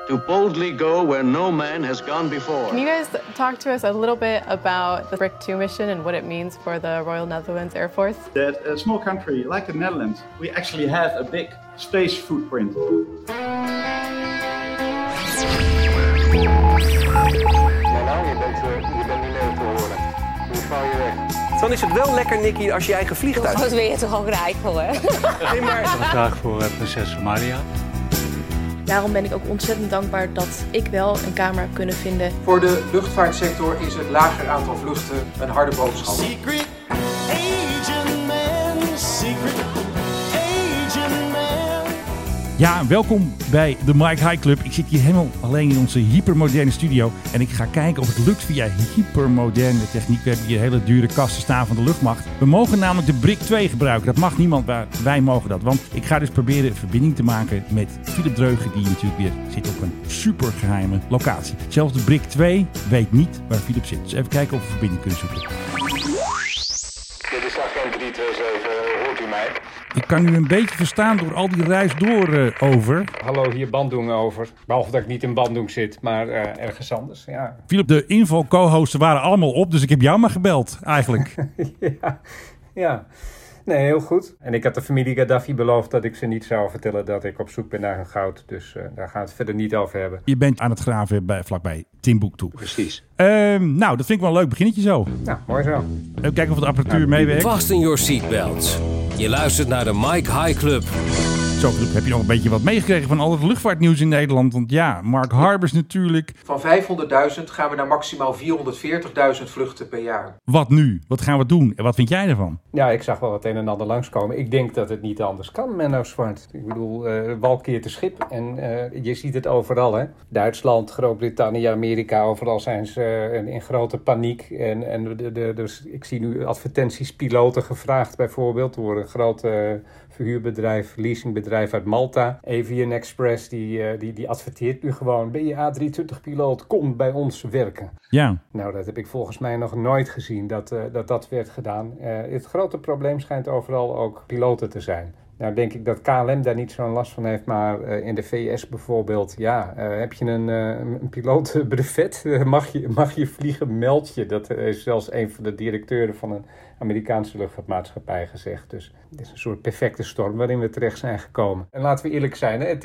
to boldly go where no man has gone before. Can you guys talk to us a little bit about the BRIC-2 mission and what it means for the Royal Netherlands Air Force? That a small country like the Netherlands, we actually have a big space footprint. Je bent niet meer te horen. Nu val je weg. Dan is het wel lekker, Nicky, als je eigen vliegtuig... Dat ben je toch ook rijk voor, hè? Nee, maar... Graag voor prinses Amalia. Daarom ben ik ook ontzettend dankbaar dat ik wel een kamer heb kunnen vinden. Voor de luchtvaartsector is het lager aantal vluchten een harde boodschap. Secret agent man, secret agent man. Ja, welkom bij de Mike High Club. Ik zit hier helemaal alleen in onze hypermoderne studio. En ik ga kijken of het lukt via hypermoderne techniek. We hebben hier hele dure kasten staan van de luchtmacht. We mogen namelijk de BRIC-2 gebruiken. Dat mag niemand, maar wij mogen dat. Want ik ga dus proberen verbinding te maken met Philip Dreugen. Die natuurlijk weer zit op een supergeheime locatie. Zelfs de BRIC-2 weet niet waar Philip zit. Dus even kijken of we verbinding kunnen zoeken. Dit is agent 327, hoort u mij? Ik kan u een beetje verstaan door al die ruis door over. Hallo, hier Bandung over. Behalve dat ik niet in Bandung zit, maar ergens anders, ja. Philip, de info-co-hosten waren allemaal op, dus ik heb jou maar gebeld, eigenlijk. Ja. Nee, heel goed. En ik had de familie Gaddafi beloofd dat ik ze niet zou vertellen dat ik op zoek ben naar hun goud. Dus daar gaan we het verder niet over hebben. Je bent aan het graven vlakbij Timbuktu. Precies. Nou, dat vind ik wel een leuk beginnetje zo. Nou, mooi zo. Even kijken of de apparatuur meewerkt. Fasten your seatbelts. Je luistert naar de Mike High Club. Zo, Philip, heb je nog een beetje wat meegekregen van al het luchtvaartnieuws in Nederland? Want ja, Mark Harbers natuurlijk. Van 500.000 gaan we naar maximaal 440.000 vluchten per jaar. Wat nu? Wat gaan we doen? En wat vind jij ervan? Ja, ik zag wel het een en ander langskomen. Ik denk dat het niet anders kan, Menno Zwart. Ik bedoel, wal keert de schip en je ziet het overal, hè. Duitsland, Groot-Brittannië, Amerika, overal zijn ze in grote paniek. Dus ik zie nu advertenties, piloten gevraagd bijvoorbeeld door een groot verhuurbedrijf, leasingbedrijf uit Malta. Avian Express, die adverteert nu gewoon. Ben je A320-piloot, kom bij ons werken. Ja. Nou, dat heb ik volgens mij nog nooit gezien dat werd gedaan. Het grote probleem schijnt overal ook piloten te zijn. Nou denk ik dat KLM daar niet zo'n last van heeft, maar in de VS bijvoorbeeld, heb je een pilootbrevet, mag je vliegen, meld je. Dat heeft zelfs een van de directeuren van een Amerikaanse luchtvaartmaatschappij gezegd. Dus het is een soort perfecte storm waarin we terecht zijn gekomen. En laten we eerlijk zijn, hè,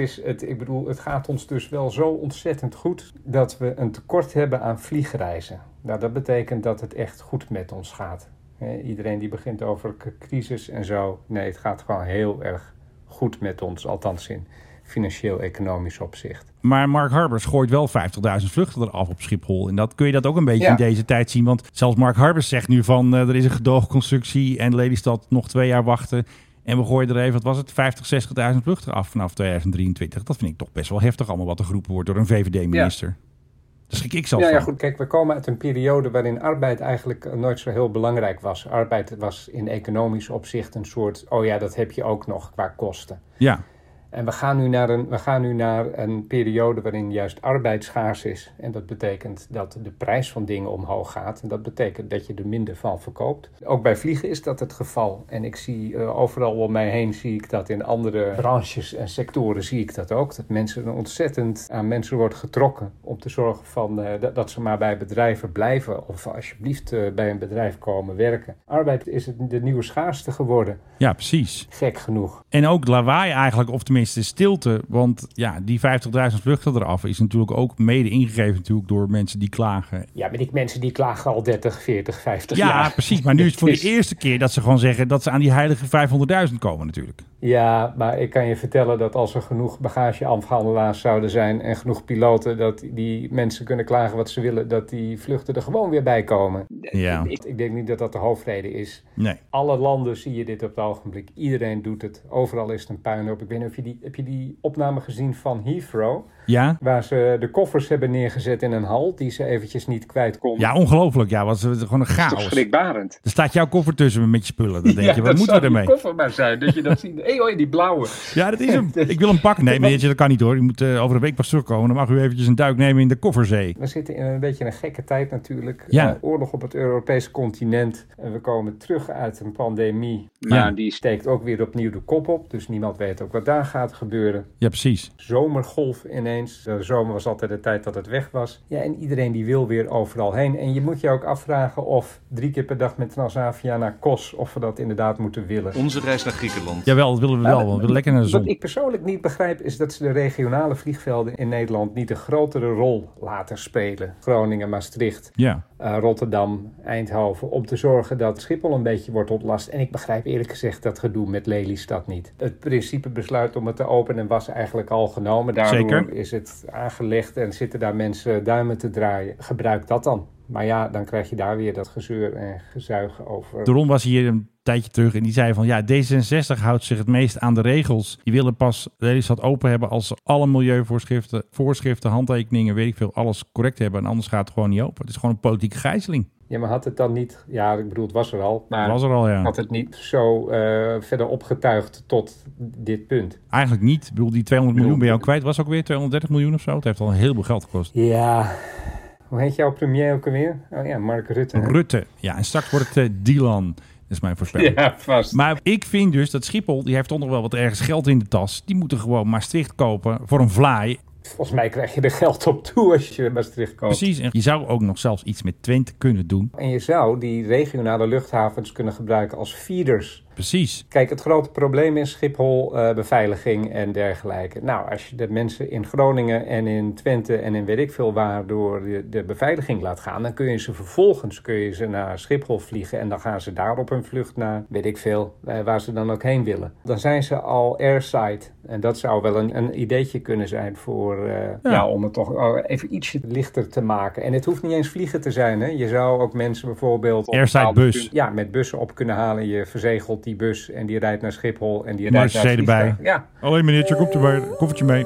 het gaat ons dus wel zo ontzettend goed dat we een tekort hebben aan vliegreizen. Nou, dat betekent dat het echt goed met ons gaat. Iedereen die begint over crisis en zo. Nee, het gaat gewoon heel erg goed met ons. Althans in financieel-economisch opzicht. Maar Mark Harbers gooit wel 50.000 vluchten eraf op Schiphol. En kun je dat ook een beetje in deze tijd zien? Want zelfs Mark Harbers zegt nu van er is een gedoogconstructie en Lelystad nog 2 jaar wachten. En we gooien er even, wat was het, 50.000, 60.000 vluchten af vanaf 2023. Dat vind ik toch best wel heftig allemaal wat er geroepen wordt door een VVD-minister. Ja. Daar schrik ik zelf van. Ja, goed. Kijk, we komen uit een periode waarin arbeid eigenlijk nooit zo heel belangrijk was. Arbeid was in economisch opzicht een soort, dat heb je ook nog qua kosten. Ja. En we gaan nu naar een periode waarin juist arbeid schaars is. En dat betekent dat de prijs van dingen omhoog gaat. En dat betekent dat je er minder van verkoopt. Ook bij vliegen is dat het geval. En ik zie overal om mij heen zie ik dat in andere branches en sectoren zie ik dat ook. Dat mensen ontzettend aan mensen wordt getrokken om te zorgen dat ze maar bij bedrijven blijven. Of alsjeblieft bij een bedrijf komen werken. Arbeid is de nieuwe schaarste geworden. Ja, precies. Gek genoeg. En ook lawaai eigenlijk, of tenminste stilte. Want ja, die 50.000 vluchten eraf is natuurlijk ook mede ingegeven natuurlijk door mensen die klagen. Ja, maar die mensen die klagen al 30, 40, 50 jaar. Ja, precies. Maar nu is het voor de eerste keer dat ze gewoon zeggen dat ze aan die heilige 500.000 komen natuurlijk. Ja, maar ik kan je vertellen dat als er genoeg bagageafhandelaars zouden zijn en genoeg piloten, dat die mensen kunnen klagen wat ze willen, dat die vluchten er gewoon weer bij komen. Ja. Ik denk niet dat dat de hoofdreden is. Nee. Alle landen zie je dit op het ogenblik. Iedereen doet het. Overal is het een puinhoop. Ik weet niet of heb je die opname gezien van Heathrow? Ja. Waar ze de koffers hebben neergezet in een hal die ze eventjes niet kwijt konden. Ja, ongelooflijk. Ja, was gewoon een chaos. Dat is toch schrikbarend. Er staat jouw koffer tussen met je spullen. Dan denk je, wat moeten we ermee? Dat zou die koffer maar zijn, dat je dat ziet. Die blauwe. Ja, dat is hem. Ik wil hem pakken. Nee, meneertje, dat kan niet hoor. U moet over een week pas terugkomen. Dan mag u eventjes een duik nemen in de kofferzee. We zitten in een beetje een gekke tijd natuurlijk. Ja. Oorlog op het Europese continent. En we komen terug uit een pandemie. Ja, die steekt ook weer opnieuw de kop op. Dus niemand weet ook wat daar gaat gebeuren. Ja, precies. Zomergolf ineens. ineens. De zomer was altijd de tijd dat het weg was. Ja, en iedereen die wil weer overal heen. En je moet je ook afvragen of 3 keer per dag met Transavia naar Kos, of we dat inderdaad moeten willen. Onze reis naar Griekenland. Jawel, dat willen we wel. We willen lekker naar de zon. Wat ik persoonlijk niet begrijp is dat ze de regionale vliegvelden in Nederland niet een grotere rol laten spelen. Groningen, Maastricht, Rotterdam, Eindhoven. Om te zorgen dat Schiphol een beetje wordt ontlast. En ik begrijp eerlijk gezegd dat gedoe met Lelystad niet. Het principebesluit om het te openen was eigenlijk al genomen. Daardoor is het aangelegd en zitten daar mensen duimen te draaien. Gebruik dat dan. Maar ja, dan krijg je daar weer dat gezeur en gezuig over. De Ron was hier een tijdje terug en die zei van ja, D66 houdt zich het meest aan de regels. Die willen pas Lelystad open hebben als ze alle milieuvoorschriften, handtekeningen, weet ik veel, alles correct hebben. En anders gaat het gewoon niet open. Het is gewoon een politieke gijzeling. Ja, maar had het dan niet... Ja, ik bedoel, het was er al. Maar was er al, ja. Had het niet zo verder opgetuigd tot dit punt? Eigenlijk niet. Ik bedoel, die 200 miljoen bij jou kwijt was ook weer 230 miljoen of zo. Het heeft al heel veel geld gekost. Ja... Hoe heet jouw premier ook alweer? Oh ja, Mark Rutte. Rutte, ja. En straks wordt het Dylan. Dat is mijn voorspelling. Ja, vast. Maar ik vind dus dat Schiphol, die heeft toch nog wel wat ergens geld in de tas. Die moeten gewoon Maastricht kopen voor een vlaai. Volgens mij krijg je er geld op toe als je Maastricht koopt. Precies. En je zou ook nog zelfs iets met Twente kunnen doen. En je zou die regionale luchthavens kunnen gebruiken als feeders. Precies. Kijk, het grote probleem is Schiphol, beveiliging en dergelijke. Nou, als je de mensen in Groningen en in Twente en in weet ik veel waar door de beveiliging laat gaan, dan kun je ze vervolgens naar Schiphol vliegen en dan gaan ze daar op hun vlucht naar weet ik veel, waar ze dan ook heen willen. Dan zijn ze al airside. En dat zou wel een ideetje kunnen zijn voor, om het toch even ietsje lichter te maken. En het hoeft niet eens vliegen te zijn, hè. Je zou ook mensen bijvoorbeeld airside bus. Met bussen op kunnen halen. Je verzegelt die bus en die rijdt naar Schiphol en die rijdt naar het erbij. Ja. Alleen meneertje, komt er maar koffertje mee.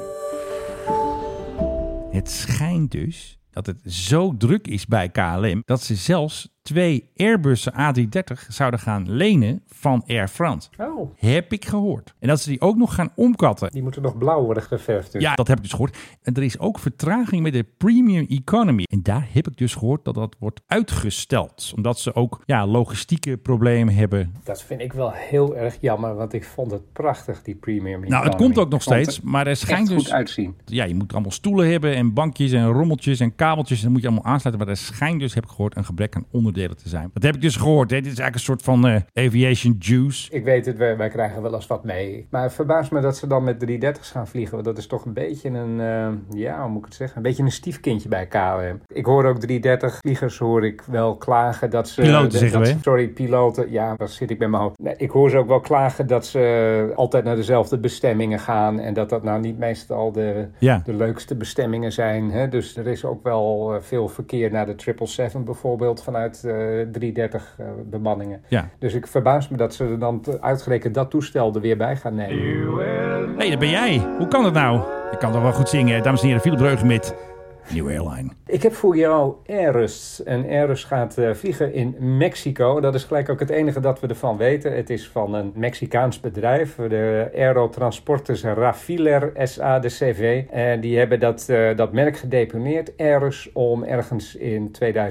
Het schijnt dus dat het zo druk is bij KLM dat ze zelfs 2 Airbussen A330 zouden gaan lenen van Air France. Oh. Heb ik gehoord. En dat ze die ook nog gaan omkatten. Die moeten nog blauw worden geverfd. Dus. Ja, dat heb ik dus gehoord. En er is ook vertraging met de Premium Economy. En daar heb ik dus gehoord dat dat wordt uitgesteld. Omdat ze ook logistieke problemen hebben. Dat vind ik wel heel erg jammer, want ik vond het prachtig, die Premium Economy. Nou, het komt ook nog steeds, maar er schijnt dus goed uitzien. Ja, je moet allemaal stoelen hebben en bankjes en rommeltjes en kabeltjes. En dat moet je allemaal aansluiten. Maar er schijnt dus, heb ik gehoord, een gebrek aan onderdelen te zijn. Dat heb ik dus gehoord. Hè? Dit is eigenlijk een soort van aviation juice. Ik weet het, wij krijgen wel eens wat mee. Maar het verbaast me dat ze dan met 330's gaan vliegen. Want dat is toch een beetje een, hoe moet ik het zeggen? Een beetje een stiefkindje bij KLM. Ik hoor ook 330 vliegers hoor ik wel klagen dat ze... Piloten zeggen we. Sorry, piloten. Ja, daar zit ik bij mijn hoofd. Nee, ik hoor ze ook wel klagen dat ze altijd naar dezelfde bestemmingen gaan. En dat nou niet meestal de leukste bestemmingen zijn. Hè? Dus er is ook wel veel verkeer naar de 777 bijvoorbeeld vanuit 330 bemanningen. Ja. Dus ik verbaas me dat ze er dan uitgerekend dat toestel er weer bij gaan nemen. Nee, dat ben jij. Hoe kan dat nou? Ik kan toch wel goed zingen. Dames en heren, Philip Dreugen met New Airline. Ik heb voor jou Airus. En Airus gaat vliegen in Mexico. Dat is gelijk ook het enige dat we ervan weten. Het is van een Mexicaans bedrijf. De Aerotransportes Rafiler S.A. de CV. En die hebben dat merk gedeponeerd, Airus, om ergens in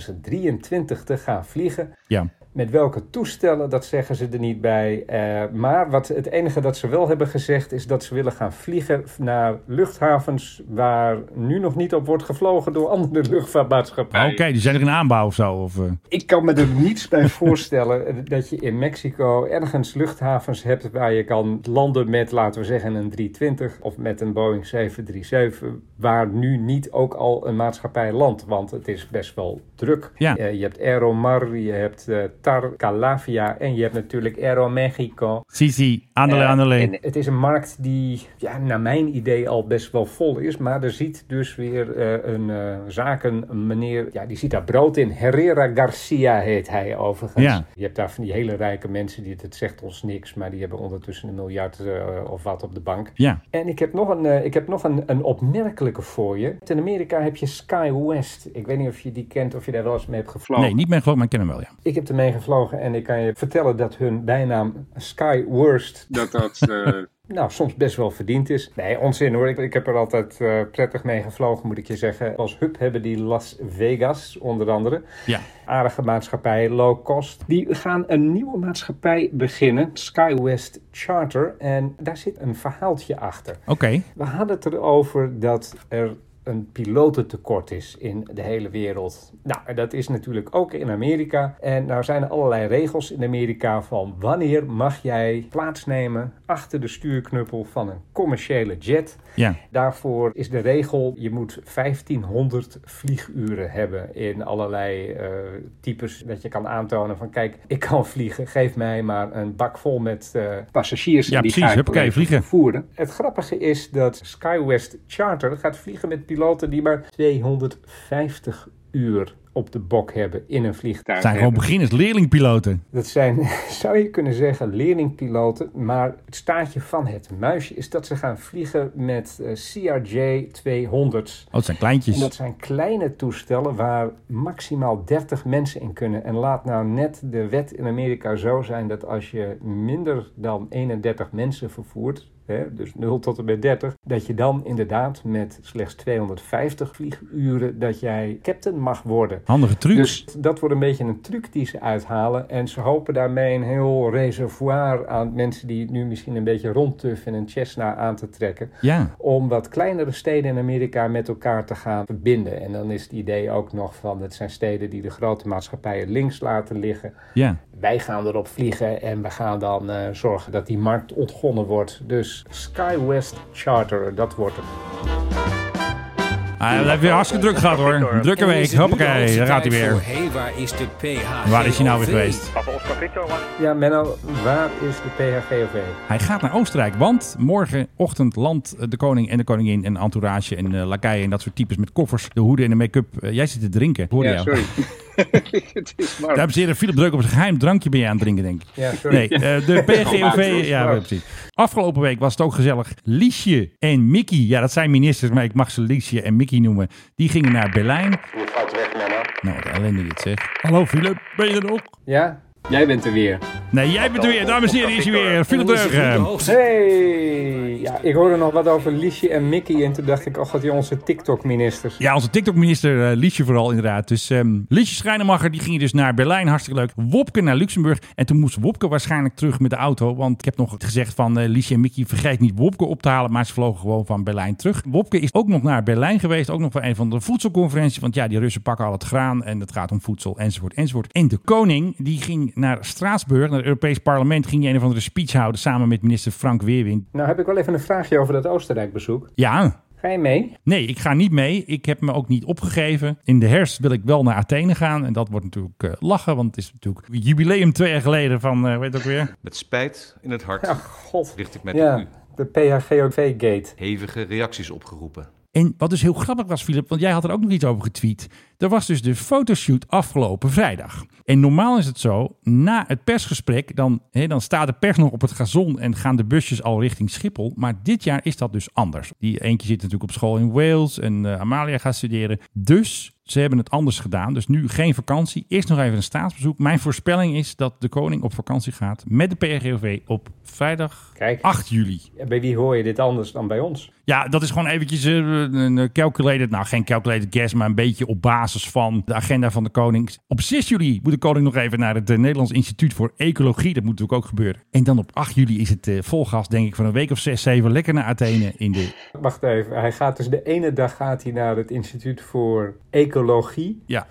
2023 te gaan vliegen. Ja. Met welke toestellen, dat zeggen ze er niet bij. Maar het enige dat ze wel hebben gezegd is dat ze willen gaan vliegen naar luchthavens waar nu nog niet op wordt gevlogen door andere luchtvaartmaatschappijen. Oké, die zijn er in aanbouw of zo? Of, Ik kan me er niets bij voorstellen dat je in Mexico ergens luchthavens hebt waar je kan landen met, laten we zeggen, een 320 of met een Boeing 737, waar nu niet ook al een maatschappij landt. Want het is best wel druk. Ja. Je hebt Aeromar, je hebt TAR, Calavia en je hebt natuurlijk Aeromexico. Sí, ándale. En het is een markt die, naar mijn idee al best wel vol is. Maar er ziet dus weer een meneer, die ziet daar brood in. Herrera Garcia heet hij overigens. Ja. Je hebt daar van die hele rijke mensen, het zegt ons niks, maar die hebben ondertussen $1 miljard of wat op de bank. Ja. En ik heb nog een opmerkelijke voor je. In Amerika heb je SkyWest. Ik weet niet of je die kent, of je daar wel eens mee hebt gevlogen. Nee, niet mee gevlogen, maar ik ken hem wel, ja. Ik heb ermee gevlogen en ik kan je vertellen dat hun bijnaam Skyworst, dat soms best wel verdiend is. Nee, onzin hoor. Ik heb er altijd prettig mee gevlogen, moet ik je zeggen. Als hub hebben die Las Vegas, onder andere. Ja. Aardige maatschappij, low cost. Die gaan een nieuwe maatschappij beginnen, SkyWest Charter. En daar zit een verhaaltje achter. Oké. We hadden het erover dat er een pilotentekort is in de hele wereld. Nou, dat is natuurlijk ook in Amerika. En nou zijn er allerlei regels in Amerika van wanneer mag jij plaatsnemen achter de stuurknuppel van een commerciële jet. Ja. Daarvoor is de regel, je moet 1500 vlieguren hebben in allerlei types. Dat je kan aantonen van kijk, ik kan vliegen. Geef mij maar een bak vol met passagiers. Ja, en die precies. ga ik Vliegen. vervoeren. Het grappige is dat SkyWest Charter gaat vliegen met piloten die maar 250 uur op de bok hebben in een vliegtuig. Het zijn gewoon beginners, leerlingpiloten. Dat zijn, zou je kunnen zeggen, leerlingpiloten. Maar het staartje van het muisje is dat ze gaan vliegen met CRJ-200's. Oh, het zijn kleintjes. En dat zijn kleine toestellen waar maximaal 30 mensen in kunnen. En laat nou net de wet in Amerika zo zijn dat als je minder dan 31 mensen vervoert, dus 0 tot en met 30, dat je dan inderdaad met slechts 250 vlieguren dat jij captain mag worden. Handige truc. Dus dat wordt een beetje een truc die ze uithalen. En ze hopen daarmee een heel reservoir aan mensen die nu misschien een beetje rondtuffen en een Cessna aan te trekken. Ja. Om wat kleinere steden in Amerika met elkaar te gaan verbinden. En dan is het idee ook nog van, het zijn steden die de grote maatschappijen links laten liggen. Ja. Wij gaan erop vliegen en we gaan dan zorgen dat die markt ontgonnen wordt. Dus SkyWest Charter, dat wordt het. Hij heeft weer hartstikke druk gehad hoor. Drukke week, hoppakee, daar gaat hij weer. Hey, waar is de PHGOV? Waar is hij nou weer geweest? Ja, Menno, waar is de PHGOV? Hij gaat naar Oostenrijk, want morgenochtend landt de koning en de koningin en entourage en lakeien en dat soort types met koffers, de hoeden en de make-up. Jij zit te drinken, hoorde jou. Sorry. Het is warm. Dames en heren, Philip Dreuk op zijn geheim drankje ben je aan het drinken, denk ik. Ja, sorry. Nee, de PHGOV, ja, precies. Afgelopen week was het ook gezellig. Liesje en Mickey, ja, dat zijn ministers, maar ik mag ze Liesje en Mickey noemen. Die gingen naar Berlijn. Je valt weg, Menno. Nou, wat ellende dit zeg. Hallo Philip, ben je er nog? Ja, jij bent er weer. Nee, jij bent er weer. Dames en heren, is hij weer. Philip Dreuk. Hey! Ja, ik hoorde nog wat over Liesje en Mickey en toen dacht ik, die onze TikTok-ministers. Ja, onze TikTok-minister Liesje vooral inderdaad. Dus Liesje Schrijnemacher, die ging dus naar Berlijn. Hartstikke leuk. Wopke naar Luxemburg. En toen moest Wopke waarschijnlijk terug met de auto. Want ik heb nog gezegd van Liesje en Mickey, vergeet niet Wopke op te halen. Maar ze vlogen gewoon van Berlijn terug. Wopke is ook nog naar Berlijn geweest. Ook nog voor een van de voedselconferenties. Want ja, die Russen pakken al het graan. En het gaat om voedsel enzovoort enzovoort. En de koning, die ging naar Straatsburg, naar het Europees Parlement. Ging hij een of andere speech houden samen met minister Frank Weerwind. Nou heb ik wel even een vraagje over dat Oostenrijk-bezoek. Ja. Ga je mee? Nee, ik ga niet mee. Ik heb me ook niet opgegeven. In de herfst wil ik wel naar Athene gaan. En dat wordt natuurlijk lachen, want het is natuurlijk jubileum 2 jaar geleden van, weet je ook weer? Met spijt in het hart richt ik met u. De PHGOV-gate. Hevige reacties opgeroepen. En wat dus heel grappig was, Philip, want jij had er ook nog iets over getweet. Er was dus de fotoshoot afgelopen vrijdag. En normaal is het zo, na het persgesprek, dan staat de pers nog op het gazon en gaan de busjes al richting Schiphol. Maar dit jaar is dat dus anders. Die eentje zit natuurlijk op school in Wales en Amalia gaat studeren. Dus ze hebben het anders gedaan. Dus nu geen vakantie. Eerst nog even een staatsbezoek. Mijn voorspelling is dat de koning op vakantie gaat met de PHGOV op vrijdag 8 juli. Ja, bij wie hoor je dit anders dan bij ons? Ja, dat is gewoon eventjes een calculated, nou geen calculated guess, maar een beetje op basis van de agenda van de koning. Op 6 juli moet de koning nog even naar het Nederlands Instituut voor Ecologie. Dat moet natuurlijk ook gebeuren. En dan op 8 juli is het vol gas, denk ik, van een week of 6, 7 lekker naar Athene in de... Wacht even, hij gaat dus de ene dag gaat hij naar het Instituut voor Ecologie. Ja.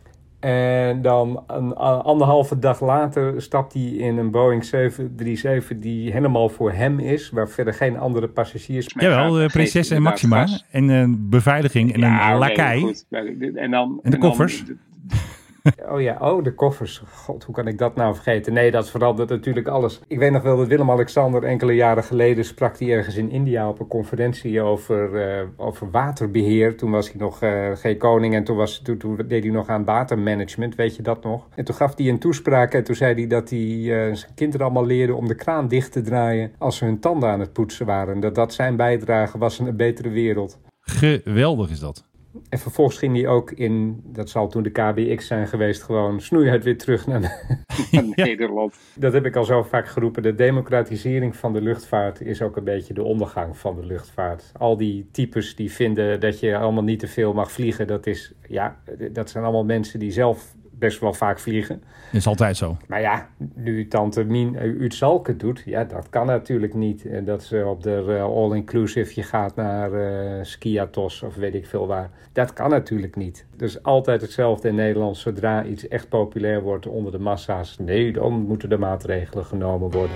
En dan een anderhalve dag later stapt hij in een Boeing 737 die helemaal voor hem is, waar verder geen andere passagiers mee gaan. Jawel, prinses en Maxima. En beveiliging en een lakai. Goed. En de koffers. De koffers. God, hoe kan ik dat nou vergeten? Nee, dat verandert natuurlijk alles. Ik weet nog wel dat Willem-Alexander enkele jaren geleden sprak hij ergens in India op een conferentie over waterbeheer. Toen was hij nog geen koning en toen deed hij nog aan watermanagement, weet je dat nog? En toen gaf hij een toespraak en toen zei hij dat hij zijn kinderen allemaal leerde om de kraan dicht te draaien als ze hun tanden aan het poetsen waren. Dat zijn bijdrage was aan een betere wereld. Geweldig is dat. En vervolgens ging hij ook in, dat zal toen de KBX zijn geweest, gewoon snoeihard weer terug naar Nederland. Dat heb ik al zo vaak geroepen. De democratisering van de luchtvaart is ook een beetje de ondergang van de luchtvaart. Al die types die vinden dat je allemaal niet te veel mag vliegen, dat zijn allemaal mensen die zelf best wel vaak vliegen. Dat is altijd zo. Maar ja, nu tante Mien uit Zalken het doet, dat kan natuurlijk niet. En dat ze op de all-inclusive je gaat naar Skiatos of weet ik veel waar. Dat kan natuurlijk niet. Dus altijd hetzelfde in Nederland. Zodra iets echt populair wordt onder de massa's, nee, dan moeten de maatregelen genomen worden.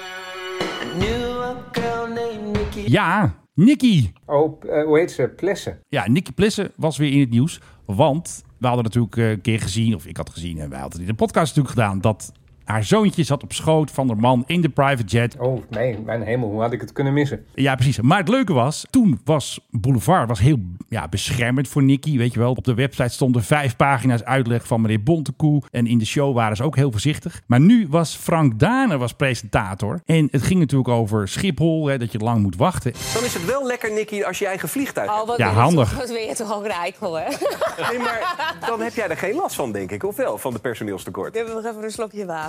Ja, Nicky. Oh, hoe heet ze? Plessen. Ja, Nicky Plessen was weer in het nieuws. Want we hadden natuurlijk een keer gezien, of ik had gezien, en wij hadden het in de podcast natuurlijk gedaan, dat haar zoontje zat op schoot van haar man in de private jet. Oh nee, mijn hemel, hoe had ik het kunnen missen? Ja, precies. Maar het leuke was, toen was Boulevard heel beschermend voor Nicky. Weet je wel, op de website stonden 5 pagina's uitleg van meneer Bontekoe. En in de show waren ze ook heel voorzichtig. Maar nu was Frank Dane presentator. En het ging natuurlijk over Schiphol, dat je lang moet wachten. Dan is het wel lekker, Nicky, als je eigen vliegtuig hebt. Ja, handig. Dat ben je toch ook rijk voor, hè? Nee, maar dan heb jij er geen last van, denk ik. Of wel, van de personeelstekort? We hebben nog even een slokje water.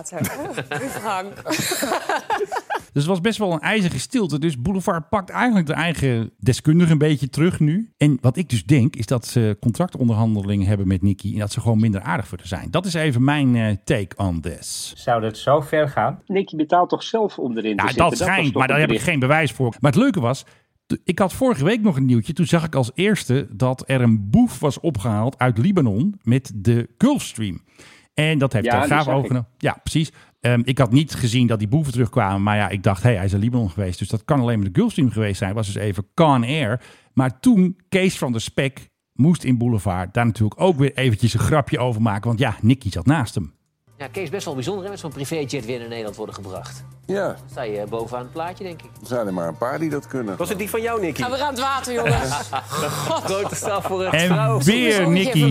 Dus het was best wel een ijzige stilte. Dus Boulevard pakt eigenlijk de eigen deskundige een beetje terug nu. En wat ik dus denk, is dat ze contractonderhandelingen hebben met Nicky en dat ze gewoon minder aardig voor haar zijn. Dat is even mijn take on this. Zou dat zo ver gaan? Nicky betaalt toch zelf om erin te zitten? Dat schijnt, maar daar heb ik geen bewijs voor. Maar het leuke was, ik had vorige week nog een nieuwtje. Toen zag ik als eerste dat er een boef was opgehaald uit Libanon met de Gulfstream. En dat heeft Telegraaf overgenomen. Ja, precies. Ik had niet gezien dat die boeven terugkwamen. Maar ik dacht, hij is in Libanon geweest. Dus dat kan alleen maar de Gulfstream geweest zijn. Was dus even Con Air. Maar toen, Kees van der Spek moest in Boulevard daar natuurlijk ook weer eventjes een grapje over maken. Want Nicky zat naast hem. Ja, Kees, best wel bijzonder hè, met zo'n privéjet weer naar Nederland worden gebracht. Ja. Dan sta je bovenaan het plaatje, denk ik. Er zijn er maar een paar die dat kunnen. Was het die van jou, Nicky? Gaan we aan het water, jongens. Grote stap voor het En weer Nicky.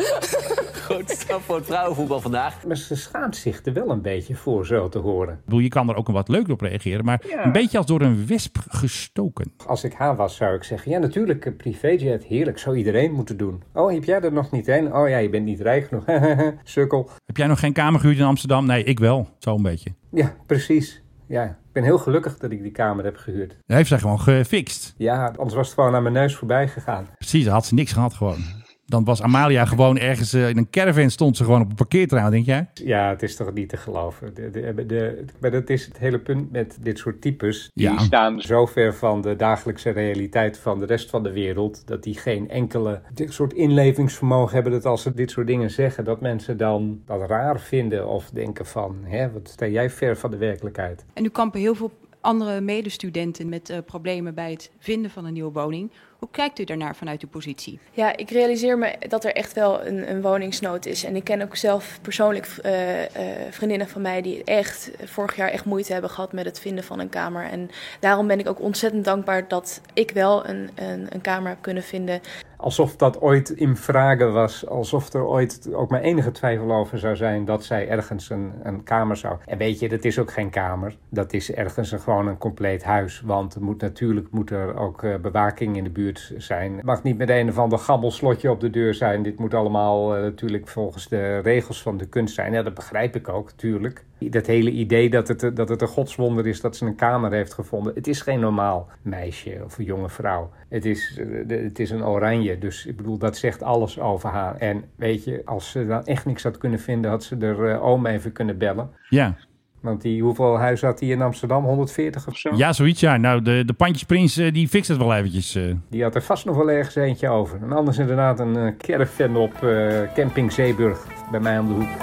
Grote stap voor het vrouwenvoetbal vandaag. Maar ze schaamt zich er wel een beetje voor, zo te horen. Ik bedoel, je kan er ook een wat leuker op reageren, maar een beetje als door een wesp gestoken. Als ik haar was, zou ik zeggen, ja natuurlijk, een privéjet, heerlijk, zou iedereen moeten doen. Oh, heb jij er nog niet een? Oh ja, je bent niet rijk genoeg. Sukkel. Heb jij nog geen kamer gehuurd in Amsterdam? Nee, ik wel. Zo een beetje. Ja, precies. Ja, ik ben heel gelukkig dat ik die kamer heb gehuurd. Hij heeft zij gewoon gefixt. Ja, anders was het gewoon aan mijn neus voorbij gegaan. Precies, dan had ze niks gehad gewoon. Dan was Amalia gewoon ergens in een caravan, stond ze gewoon op een parkeerterrein, denk jij? Ja, het is toch niet te geloven. Maar dat is het hele punt met dit soort types. Die staan zo ver van de dagelijkse realiteit van de rest van de wereld, dat die geen enkele dit soort inlevingsvermogen hebben, dat als ze dit soort dingen zeggen, dat mensen dan dat raar vinden of denken van, wat sta jij ver van de werkelijkheid. En nu kampen heel veel andere medestudenten met problemen bij het vinden van een nieuwe woning. Hoe kijkt u daarnaar vanuit uw positie? Ja, ik realiseer me dat er echt wel een woningsnood is. En ik ken ook zelf persoonlijk vriendinnen van mij die echt vorig jaar echt moeite hebben gehad met het vinden van een kamer. En daarom ben ik ook ontzettend dankbaar dat ik wel een kamer heb kunnen vinden. Alsof dat ooit in vragen was, alsof er ooit ook maar enige twijfel over zou zijn dat zij ergens een kamer zou. En weet je, dat is ook geen kamer. Dat is ergens gewoon een compleet huis. Want natuurlijk moet er ook bewaking in de buurt zijn. Het mag niet met een of ander gabbelslotje op de deur zijn. Dit moet allemaal natuurlijk volgens de regels van de kunst zijn. Ja, dat begrijp ik ook, tuurlijk. Dat hele idee dat het een godswonder is dat ze een kamer heeft gevonden. Het is geen normaal meisje of een jonge vrouw. Het is een oranje. Dus ik bedoel, dat zegt alles over haar. En weet je, als ze dan echt niks had kunnen vinden, had ze er oom even kunnen bellen. Ja. Want hoeveel huizen had hij in Amsterdam? 140 of zo? Ja, zoiets ja. Nou, de pandjesprins die fixt het wel eventjes. Die had er vast nog wel ergens eentje over. En anders inderdaad een caravan op camping Zeeburg bij mij om de hoek.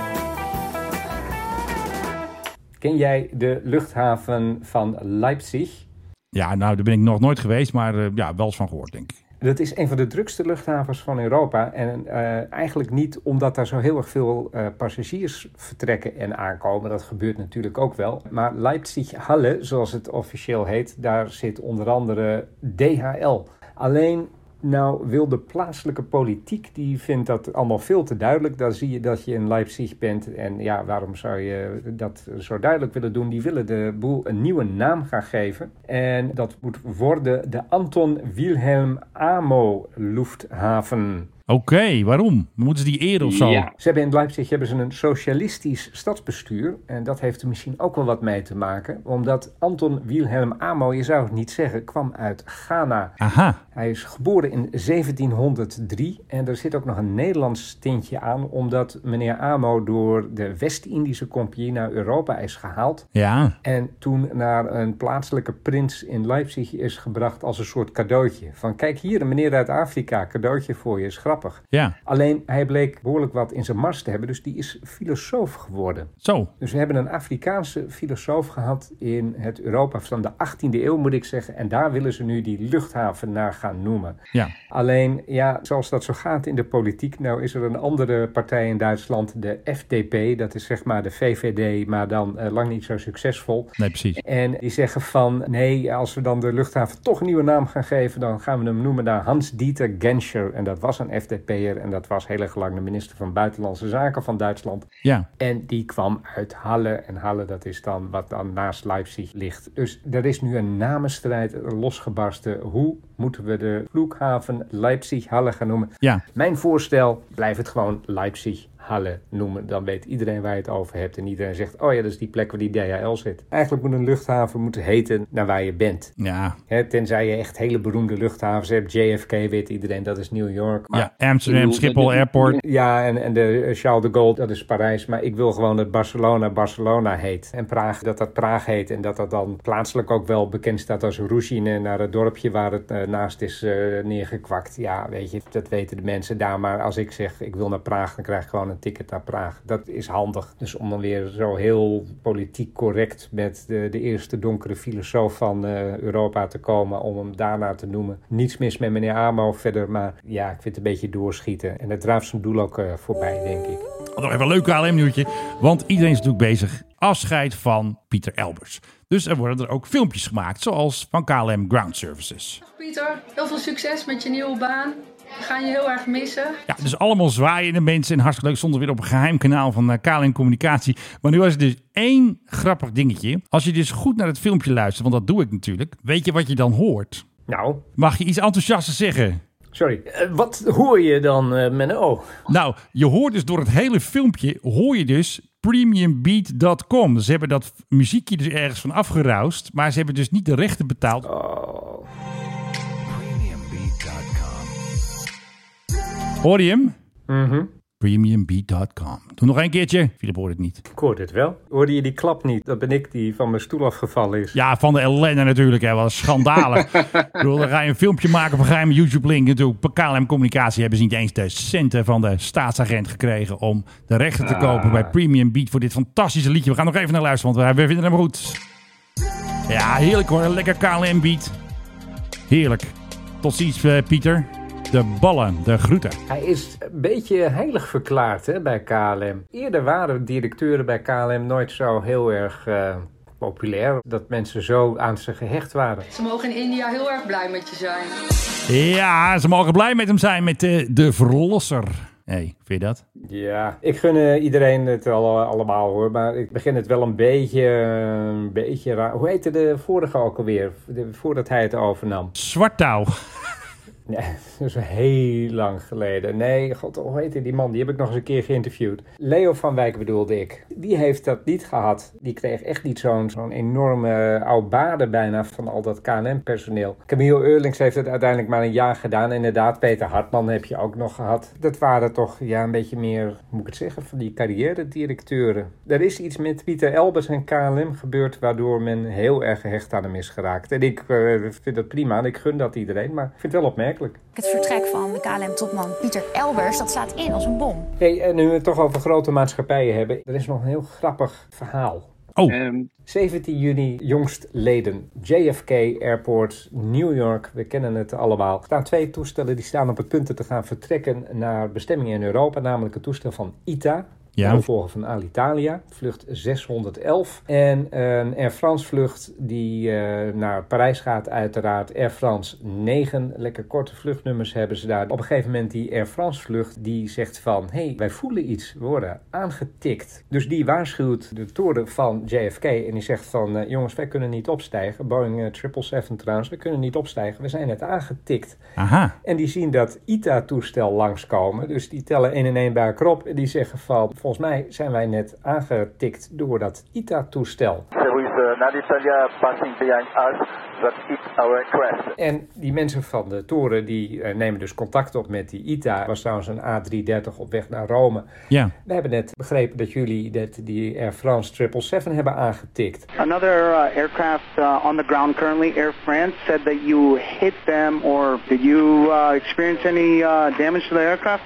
Ken jij de luchthaven van Leipzig? Ja, nou, daar ben ik nog nooit geweest, maar wel eens van gehoord, denk ik. Dat is een van de drukste luchthavens van Europa. En eigenlijk niet omdat daar zo heel erg veel passagiers vertrekken en aankomen. Dat gebeurt natuurlijk ook wel. Maar Leipzig-Halle, zoals het officieel heet, daar zit onder andere DHL. Alleen Nou, wil de plaatselijke politiek, die vindt dat allemaal veel te duidelijk. Dan zie je dat je in Leipzig bent. En ja, waarom zou je dat zo duidelijk willen doen? Die willen de boel een nieuwe naam gaan geven. En dat moet worden de Anton Wilhelm Amo Lufthaven. Oké, waarom? Moeten ze die eren of zo? Ja. Ze hebben in Leipzig een socialistisch stadsbestuur. En dat heeft er misschien ook wel wat mee te maken. Omdat Anton Wilhelm Amo, je zou het niet zeggen, kwam uit Ghana. Aha. Hij is geboren in 1703. En er zit ook nog een Nederlands tintje aan. Omdat meneer Amo door de West-Indische Compagnie naar Europa is gehaald. Ja. En toen naar een plaatselijke prins in Leipzig is gebracht als een soort cadeautje. Van kijk hier, een meneer uit Afrika, cadeautje voor je, is grappig. Ja. Alleen, hij bleek behoorlijk wat in zijn mars te hebben, dus die is filosoof geworden. Zo. Dus we hebben een Afrikaanse filosoof gehad in het Europa van de 18e eeuw, moet ik zeggen. En daar willen ze nu die luchthaven naar gaan noemen. Ja. Alleen, ja, zoals dat zo gaat in de politiek, nou is er een andere partij in Duitsland, de FDP, dat is zeg maar de VVD, maar dan lang niet zo succesvol. Nee, precies. En die zeggen van, nee, als we dan de luchthaven toch een nieuwe naam gaan geven, dan gaan we hem noemen naar Hans-Dieter Genscher. En dat was een FDP'er en dat was heel erg lang de minister van Buitenlandse Zaken van Duitsland. Ja. En die kwam uit Halle. En Halle, dat is dan wat dan naast Leipzig ligt. Dus er is nu een namenstrijd losgebarsten. Hoe moeten we de vloekhaven Leipzig-Halle gaan noemen? Ja. Mijn voorstel, blijf het gewoon Leipzig-Halle noemen. Dan weet iedereen waar je het over hebt. En iedereen zegt, oh ja, dat is die plek waar die DHL zit. Eigenlijk moet een luchthaven moeten heten naar waar je bent. Ja. Tenzij je echt hele beroemde luchthavens hebt. JFK weet iedereen, dat is New York. Maar ja, Amsterdam, Schiphol Airport. Ja, en de Charles de Gaulle, dat is Parijs. Maar ik wil gewoon dat Barcelona heet. En Praag, dat Praag heet. En dat dan plaatselijk ook wel bekend staat als Rušine, naar het dorpje waar het naast is neergekwakt. Ja, weet je, dat weten de mensen daar. Maar als ik zeg, ik wil naar Praag, dan krijg ik gewoon een ticket naar Praag. Dat is handig. Dus om dan weer zo heel politiek correct met de eerste donkere filosoof van Europa te komen, om hem daarna te noemen. Niets mis met meneer Amo verder, maar ja, ik vind het een beetje doorschieten. En het drijft zijn doel ook voorbij, denk ik. Nog even een leuk KLM-nieuwtje, want iedereen is natuurlijk bezig. Afscheid van Pieter Elbers. Dus er worden er ook filmpjes gemaakt, zoals van KLM Ground Services. Pieter, heel veel succes met je nieuwe baan. We gaan je heel erg missen. Ja, dus allemaal zwaaiende mensen en hartstikke leuk. Stonden weer op een geheim kanaal van KLM Communicatie. Maar nu was er dus één grappig dingetje. Als je dus goed naar het filmpje luistert, want dat doe ik natuurlijk. Weet je wat je dan hoort? Nou? Mag je iets enthousiaster zeggen? Sorry, wat hoor je dan, Menno? Nou, je hoort dus door het hele filmpje, hoor je dus premiumbeat.com. Ze hebben dat muziekje dus ergens van afgeroust, maar ze hebben dus niet de rechten betaald. Oh. Hoor je hem? Mhm. Premiumbeat.com. Doe nog een keertje. Philip hoort het niet. Ik hoorde het wel. Hoorde je die klap niet? Dat ben ik die van mijn stoel afgevallen is. Ja, van de ellende natuurlijk. Hè. Wat schandalig. Ik bedoel, dan ga je een filmpje maken op een geheime YouTube-link. Natuurlijk, KLM Communicatie hebben ze niet eens de centen van de staatsagent gekregen om de rechten te kopen bij Premium Beat voor dit fantastische liedje. We gaan nog even naar luisteren, want we vinden hem goed. Ja, heerlijk hoor. Lekker KLM Beat. Heerlijk. Tot ziens, Pieter. De ballen, de groeten. Hij is een beetje heilig verklaard bij KLM. Eerder waren directeuren bij KLM nooit zo heel erg populair. Dat mensen zo aan ze gehecht waren. Ze mogen in India heel erg blij met je zijn. Ja, ze mogen blij met hem zijn, met de verlosser. Hey, vind je dat? Ja, ik gun iedereen het allemaal hoor. Maar ik begin het wel een beetje raar. Hoe heette de vorige ook alweer? Voordat hij het overnam. Zwarttouw. Nee, dat is heel lang geleden. Nee, god, hoe heette die man? Die heb ik nog eens een keer geïnterviewd. Leo van Wijk bedoelde ik. Die heeft dat niet gehad. Die kreeg echt niet zo'n enorme oudbade bijna van al dat KLM-personeel. Camille Eurlings heeft het uiteindelijk maar een jaar gedaan. Inderdaad, Peter Hartman heb je ook nog gehad. Dat waren toch een beetje meer, hoe moet ik het zeggen, van die carrière-directeuren. Er is iets met Pieter Elbers en KLM gebeurd waardoor men heel erg gehecht aan hem is geraakt. En ik vind dat prima en ik gun dat iedereen, maar ik vind het wel opmerkelijk. Het vertrek van de KLM-topman Pieter Elbers, dat slaat in als een bom. Hey, en nu we het toch over grote maatschappijen hebben, er is nog een heel grappig verhaal. 17 juni jongstleden. JFK Airport, New York, we kennen het allemaal. Er staan 2 toestellen die staan op het punt te gaan vertrekken naar bestemmingen in Europa, namelijk het toestel van ITA. Ja. De opvolger van Alitalia, vlucht 611. En een Air France vlucht die naar Parijs gaat uiteraard. Air France 9, lekker korte vluchtnummers hebben ze daar. Op een gegeven moment die Air France vlucht die zegt van... hey, wij voelen iets, we worden aangetikt. Dus die waarschuwt de toren van JFK en die zegt van... jongens, wij kunnen niet opstijgen. Boeing 777 trouwens, we kunnen niet opstijgen. We zijn net aangetikt. Aha. En die zien dat ITA-toestel langskomen. Dus die tellen 1 en 1 bij elkaar op. En die zeggen van, volgens mij zijn wij net aangetikt door dat ITA-toestel. There is an Alitalia passing behind us that hit our craft. En die mensen van de toren die nemen dus contact op met die ITA. Dat was trouwens een A330 op weg naar Rome. Ja. We hebben net begrepen dat jullie die Air France 777 hebben aangetikt. Another aircraft on the ground currently, Air France, said that you hit them or did you experience any damage to the aircraft?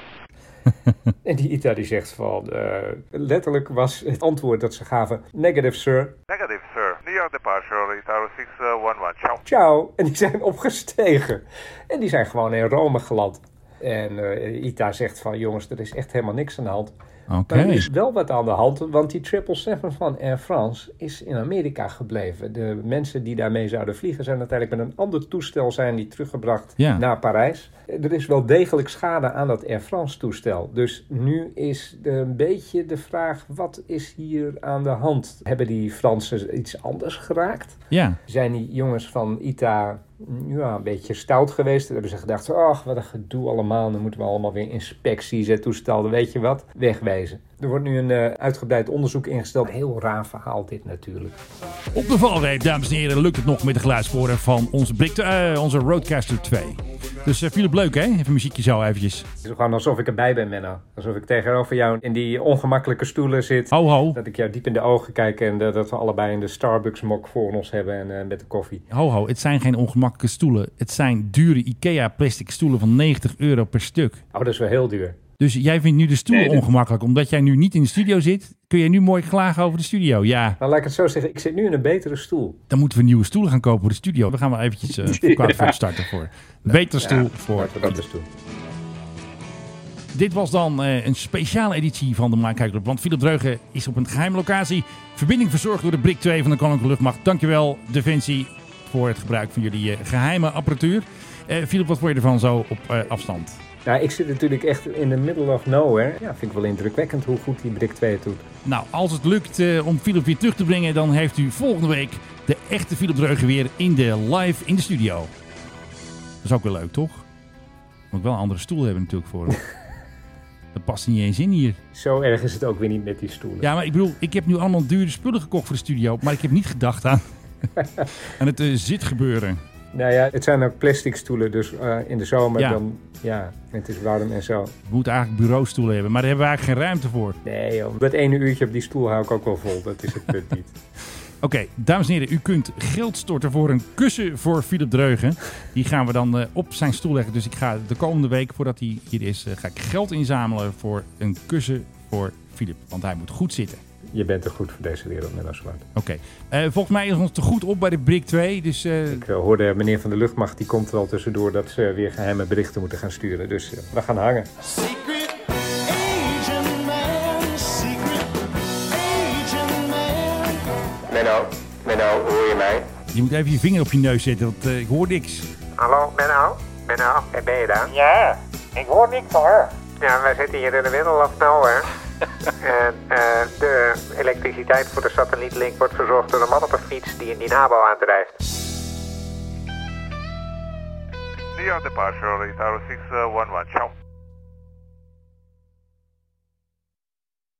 En die ITA die zegt van, letterlijk was het antwoord dat ze gaven, negative sir. Negative, sir. Near departure, Tower 611. Ciao. Ciao. En die zijn opgestegen. En die zijn gewoon in Rome geland. En ITA zegt van, jongens, er is echt helemaal niks aan de hand. Okay. Maar er is wel wat aan de hand, want die 777 van Air France is in Amerika gebleven. De mensen die daarmee zouden vliegen zijn uiteindelijk met een ander toestel zijn die teruggebracht naar Parijs. Er is wel degelijk schade aan dat Air France toestel. Dus nu is een beetje de vraag, wat is hier aan de hand? Hebben die Fransen iets anders geraakt? Ja. Zijn die jongens van ITA een beetje stout geweest? Dan hebben ze gedacht, ach, wat een gedoe allemaal. Dan moeten we allemaal weer inspecties en toestellen. Weet je wat? Wegwezen. Er wordt nu een uitgebreid onderzoek ingesteld. Heel raar verhaal dit natuurlijk. Op de valreep, dames en heren, lukt het nog met de geluidssporen van onze Roadcaster 2. Dus Philip, leuk hè? Even muziekje zo eventjes. Het is gewoon alsof ik erbij ben, Menno. Alsof ik tegenover jou in die ongemakkelijke stoelen zit. Ho, ho. Dat ik jou diep in de ogen kijk en dat we allebei in de Starbucks mok voor ons hebben en met de koffie. Ho, ho. Het zijn geen ongemakkelijke stoelen. Het zijn dure IKEA plastic stoelen van €90 per stuk. Oh, dat is wel heel duur. Dus jij vindt nu de stoelen ongemakkelijk. Omdat jij nu niet in de studio zit, kun je nu mooi klagen over de studio. Ja. Nou, laat ik het zo zeggen. Ik zit nu in een betere stoel. Dan moeten we nieuwe stoelen gaan kopen voor de studio. We gaan wel eventjes kwart starten voor een betere stoel voor. Laten we dat dus doen. Dit was dan een speciale editie van de Mike High Club. Want Philip Dreugen is op een geheime locatie. Verbinding verzorgd door de Brik 2 van de Koninklijke Luchtmacht. Dankjewel, Defensie, voor het gebruik van jullie geheime apparatuur. Philip, wat vond je ervan zo op afstand? Nou, ik zit natuurlijk echt in the middle of nowhere. Ja, vind ik wel indrukwekkend hoe goed die Brik 2 het doet. Nou, als het lukt om Philip weer terug te brengen, dan heeft u volgende week de echte Philip Dreugen weer live in de studio. Dat is ook wel leuk, toch? Moet ik wel een andere stoel hebben natuurlijk voor hem. Dat past niet eens in hier. Zo erg is het ook weer niet met die stoelen. Ja, maar ik bedoel, ik heb nu allemaal dure spullen gekocht voor de studio, maar ik heb niet gedacht aan het zitgebeuren. Nou ja, het zijn ook plastic stoelen, dus in de zomer dan, ja, het is warm en zo. We moeten eigenlijk bureaustoelen hebben, maar daar hebben we eigenlijk geen ruimte voor. Nee joh, dat ene uurtje op die stoel hou ik ook wel vol, dat is het punt niet. Oké, dames en heren, u kunt geld storten voor een kussen voor Philip Dreugen. Die gaan we dan op zijn stoel leggen. Dus ik ga de komende week, voordat hij hier is, ga ik geld inzamelen voor een kussen voor Philip. Want hij moet goed zitten. Je bent er goed voor deze wereld, Menno Zwart. Oké. Volgens mij is ons te goed op bij de Brik 2. Dus, Ik hoorde meneer van de Luchtmacht, die komt er al tussendoor dat ze weer geheime berichten moeten gaan sturen. Dus we gaan hangen. Secret agent man, secret agent man. Menno, hoor je mij? Je moet even je vinger op je neus zetten, want ik hoor niks. Hallo, Menno, ben je daar? Ja, ik hoor niks hoor. Ja, wij zitten hier in de middle of nowhere. En de elektriciteit voor de satellietlink wordt verzorgd door een man op een fiets die een Dynamo aandrijft. Near departure, Tower 611. Ciao.